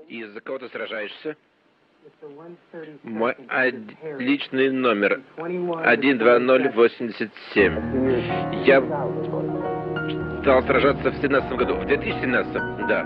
И за кого ты сражаешься? Мой личный номер 12087. Я стал сражаться в 17 году. В 2017, да.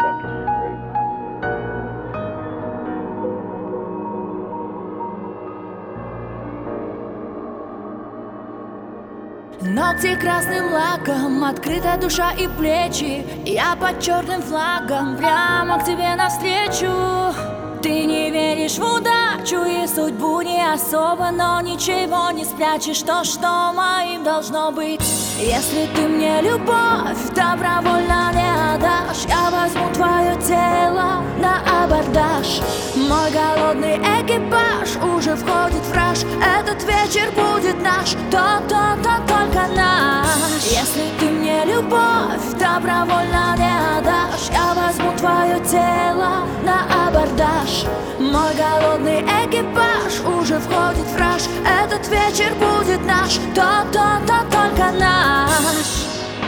Ногти красным лаком, открытая душа и плечи. Я под черным флагом, прямо к тебе навстречу. Ты не веришь в удачу и судьбу не особо, но ничего не спрячешь, то, что моим должно быть. Если ты мне любовь добровольно не отдашь, я возьму твое тело на абордаж. Мой голодный экипаж уже входит в раж. Этот вечер будет наш, только наш. Если ты мне любовь добровольно не отдашь, я возьму твое тело на абордаж. Мой голодный экипаж уже входит в раж. Этот вечер будет наш, только наш.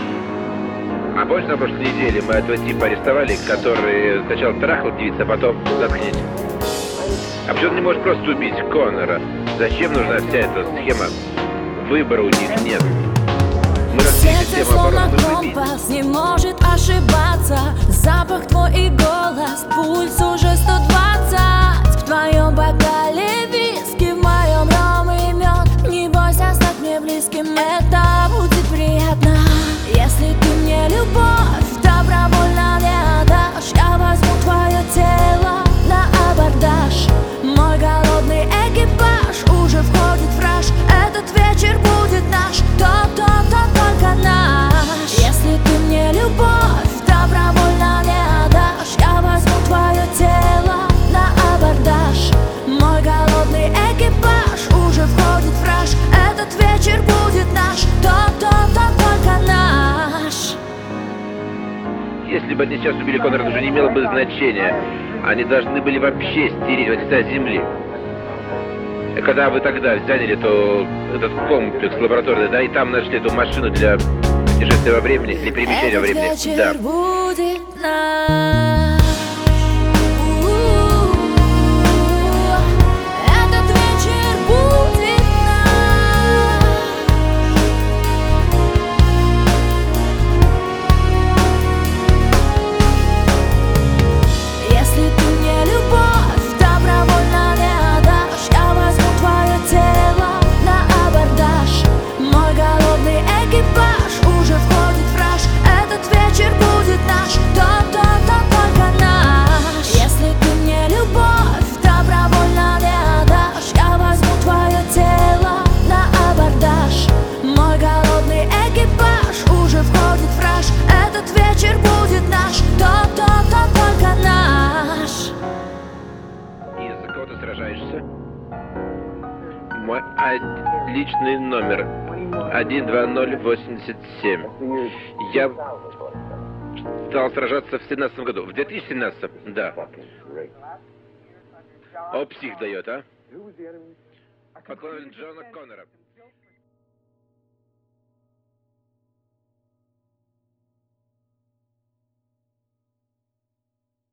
А помнишь, на прошлой неделе мы этого типа арестовали, который сначала трахал девицу, а потом заткнись. А почему он не может просто убить Коннора? Зачем нужна вся эта схема? Выбора у них нет. Мы сердце словно компас, не может ошибаться. Запах твой и голос, пульс уже 120. В твоем бокале виски, в моем ром и мед. Не бойся стать мне близким, это будет приятно. Если ты мне любовь добровольно не отдашь, я возьму твое тело на абордаж. Мой голодный экипаж уже входит в раж. Этот вечер будет наш, только наш. Если ты мне любовь добровольно не отдашь, я возьму твое тело на абордаж. Мой голодный экипаж уже входит в раж. Этот вечер будет наш, только наш. Если бы они сейчас убили Коннора, это уже не имело бы значения. Они должны были вообще стереть от лица земли. Когда вы тогда заняли этот комплекс лабораторный, да, и там нашли эту машину для путешествия во времени, для перемещения во времени, да. Будет наш. Этот вечер будет наш. Если ты мне любовь добровольно не отдашь, я возьму твое тело на абордаж. Мой голодный экипаж уже входит в раж. Этот вечер будет наш, только наш. Если ты мне любовь добровольно не отдашь, я возьму твое тело на абордаж. Мой голодный экипаж уже входит в раж. Этот вечер будет наш, только наш. И за кого ты сражаешься? Мой личный номер 12087. Я стал сражаться в 17 году. В 2017, да. О, псих дает, а? Поклонник Джона Коннора.